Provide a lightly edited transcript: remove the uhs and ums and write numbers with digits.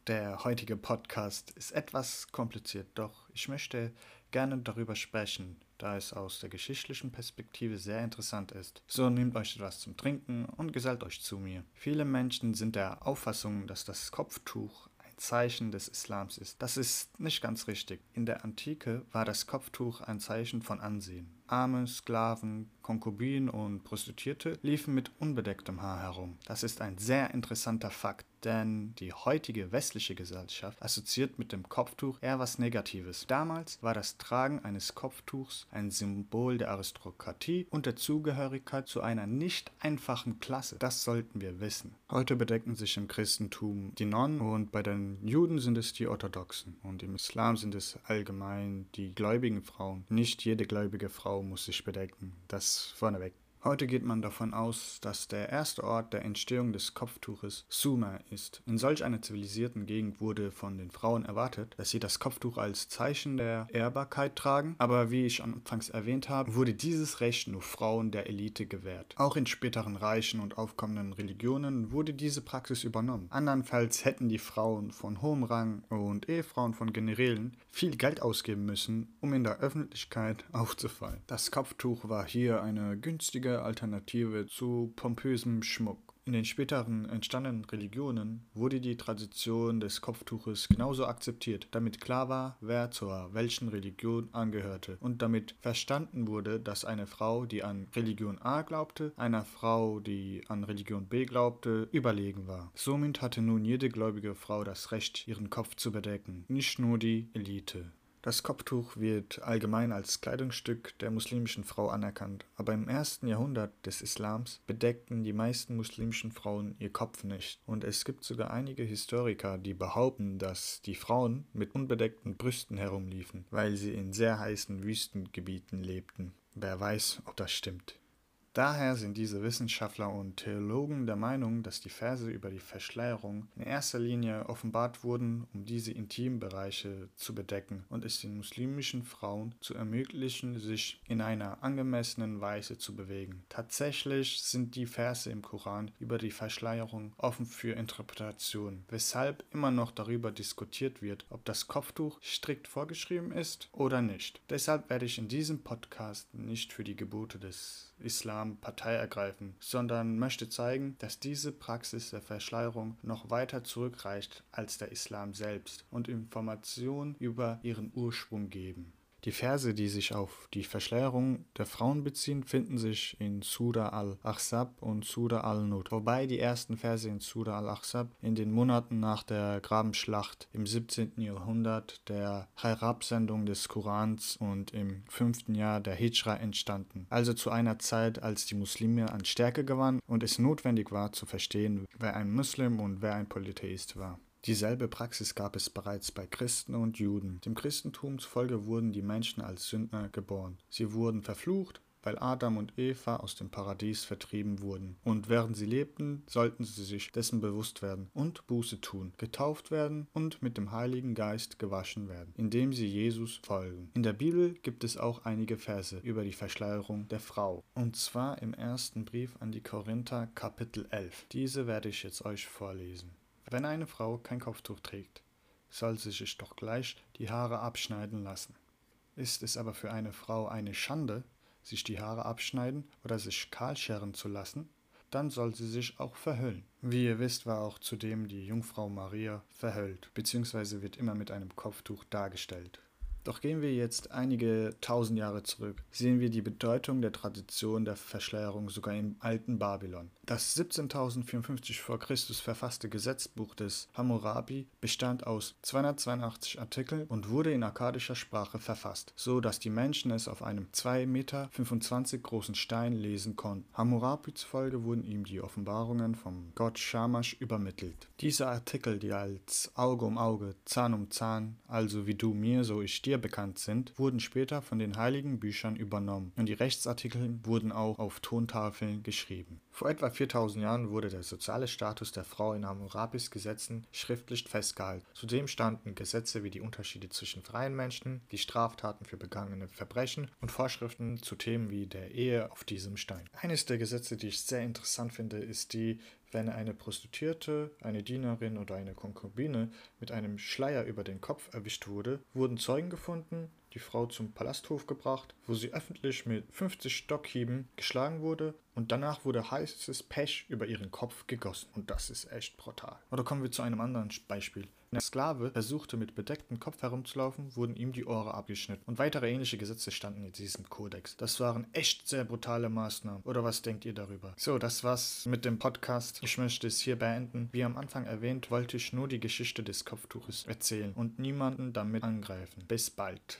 Der heutige Podcast ist etwas kompliziert, doch ich möchte gerne darüber sprechen, da es aus der geschichtlichen Perspektive sehr interessant ist. So nehmt euch etwas zum Trinken und gesellt euch zu mir. Viele Menschen sind der Auffassung, dass das Kopftuch ein Zeichen des Islams ist. Das ist nicht ganz richtig. In der Antike war das Kopftuch ein Zeichen von Ansehen. Arme, Sklaven, Konkubinen und Prostituierte liefen mit unbedecktem Haar herum. Das ist ein sehr interessanter Fakt, denn die heutige westliche Gesellschaft assoziiert mit dem Kopftuch eher was Negatives. Damals war das Tragen eines Kopftuchs ein Symbol der Aristokratie und der Zugehörigkeit zu einer nicht einfachen Klasse. Das sollten wir wissen. Heute bedecken sich im Christentum die Nonnen und bei den Juden sind es die Orthodoxen und im Islam sind es allgemein die gläubigen Frauen. Nicht jede gläubige Frau muss sich bedecken. Das vorneweg. Heute geht man davon aus, dass der erste Ort der Entstehung des Kopftuches Sumer ist. In solch einer zivilisierten Gegend wurde von den Frauen erwartet, dass sie das Kopftuch als Zeichen der Ehrbarkeit tragen, aber wie ich anfangs erwähnt habe, wurde dieses Recht nur Frauen der Elite gewährt. Auch in späteren reichen und aufkommenden Religionen wurde diese Praxis übernommen. Andernfalls hätten die Frauen von hohem Rang und Ehefrauen von Generälen viel Geld ausgeben müssen, um in der Öffentlichkeit aufzufallen. Das Kopftuch war hier eine günstige Alternative zu pompösem Schmuck. In den späteren entstandenen Religionen wurde die Tradition des Kopftuches genauso akzeptiert, damit klar war, wer zur welchen Religion angehörte und damit verstanden wurde, dass eine Frau, die an Religion A glaubte, einer Frau, die an Religion B glaubte, überlegen war. Somit hatte nun jede gläubige Frau das Recht, ihren Kopf zu bedecken, nicht nur die Elite. Das Kopftuch wird allgemein als Kleidungsstück der muslimischen Frau anerkannt, aber im 1. Jahrhundert des Islams bedeckten die meisten muslimischen Frauen ihr Kopf nicht. Und es gibt sogar einige Historiker, die behaupten, dass die Frauen mit unbedeckten Brüsten herumliefen, weil sie in sehr heißen Wüstengebieten lebten. Wer weiß, ob das stimmt. Daher sind diese Wissenschaftler und Theologen der Meinung, dass die Verse über die Verschleierung in erster Linie offenbart wurden, um diese Intimbereiche zu bedecken und es den muslimischen Frauen zu ermöglichen, sich in einer angemessenen Weise zu bewegen. Tatsächlich sind die Verse im Koran über die Verschleierung offen für Interpretation, weshalb immer noch darüber diskutiert wird, ob das Kopftuch strikt vorgeschrieben ist oder nicht. Deshalb werde ich in diesem Podcast nicht für die Gebote des Islam Partei ergreifen, sondern möchte zeigen, dass diese Praxis der Verschleierung noch weiter zurückreicht als der Islam selbst und Informationen über ihren Ursprung geben. Die Verse, die sich auf die Verschleierung der Frauen beziehen, finden sich in Sura al-Ahzab und Sura al-Nur, wobei die ersten Verse in Sura al-Ahzab in den Monaten nach der Grabenschlacht im 17. Jahrhundert der Herabsendung des Korans und im 5. Jahr der Hijra entstanden, also zu einer Zeit, als die Muslime an Stärke gewannen und es notwendig war zu verstehen, wer ein Muslim und wer ein Polytheist war. Dieselbe Praxis gab es bereits bei Christen und Juden. Dem Christentum zufolge wurden die Menschen als Sünder geboren. Sie wurden verflucht, weil Adam und Eva aus dem Paradies vertrieben wurden. Und während sie lebten, sollten sie sich dessen bewusst werden und Buße tun, getauft werden und mit dem Heiligen Geist gewaschen werden, indem sie Jesus folgen. In der Bibel gibt es auch einige Verse über die Verschleierung der Frau. Und zwar im ersten Brief an die Korinther, Kapitel 11. Diese werde ich jetzt euch vorlesen. Wenn eine Frau kein Kopftuch trägt, soll sie sich doch gleich die Haare abschneiden lassen. Ist es aber für eine Frau eine Schande, sich die Haare abschneiden oder sich kahl scheren zu lassen, dann soll sie sich auch verhüllen. Wie ihr wisst, war auch zudem die Jungfrau Maria verhüllt, beziehungsweise wird immer mit einem Kopftuch dargestellt. Doch gehen wir jetzt einige tausend Jahre zurück, sehen wir die Bedeutung der Tradition der Verschleierung sogar im alten Babylon. Das 17.054 v. Chr. Verfasste Gesetzbuch des Hammurabi bestand aus 282 Artikeln und wurde in akkadischer Sprache verfasst, so dass die Menschen es auf einem 2,25 Meter großen Stein lesen konnten. Hammurabi zufolge wurden ihm die Offenbarungen vom Gott Shamash übermittelt. Diese Artikel, die als Auge um Auge, Zahn um Zahn, also wie du mir, so ich dir bekannt sind, wurden später von den heiligen Büchern übernommen und die Rechtsartikel wurden auch auf Tontafeln geschrieben. Vor etwa 4000 Jahren wurde der soziale Status der Frau in Hammurabis Gesetzen schriftlich festgehalten. Zudem standen Gesetze wie die Unterschiede zwischen freien Menschen, die Straftaten für begangene Verbrechen und Vorschriften zu Themen wie der Ehe auf diesem Stein. Eines der Gesetze, die ich sehr interessant finde, ist die, wenn eine Prostituierte, eine Dienerin oder eine Konkubine mit einem Schleier über den Kopf erwischt wurde, wurden Zeugen gefunden, die Frau zum Palasthof gebracht, wo sie öffentlich mit 50 Stockhieben geschlagen wurde und danach wurde heißes Pech über ihren Kopf gegossen. Und das ist echt brutal. Oder kommen wir zu einem anderen Beispiel. Ein Sklave versuchte mit bedecktem Kopf herumzulaufen, wurden ihm die Ohren abgeschnitten. Und weitere ähnliche Gesetze standen in diesem Kodex. Das waren echt sehr brutale Maßnahmen. Oder was denkt ihr darüber? So, das war's mit dem Podcast. Ich möchte es hier beenden. Wie am Anfang erwähnt, wollte ich nur die Geschichte des Kopftuches erzählen und niemanden damit angreifen. Bis bald.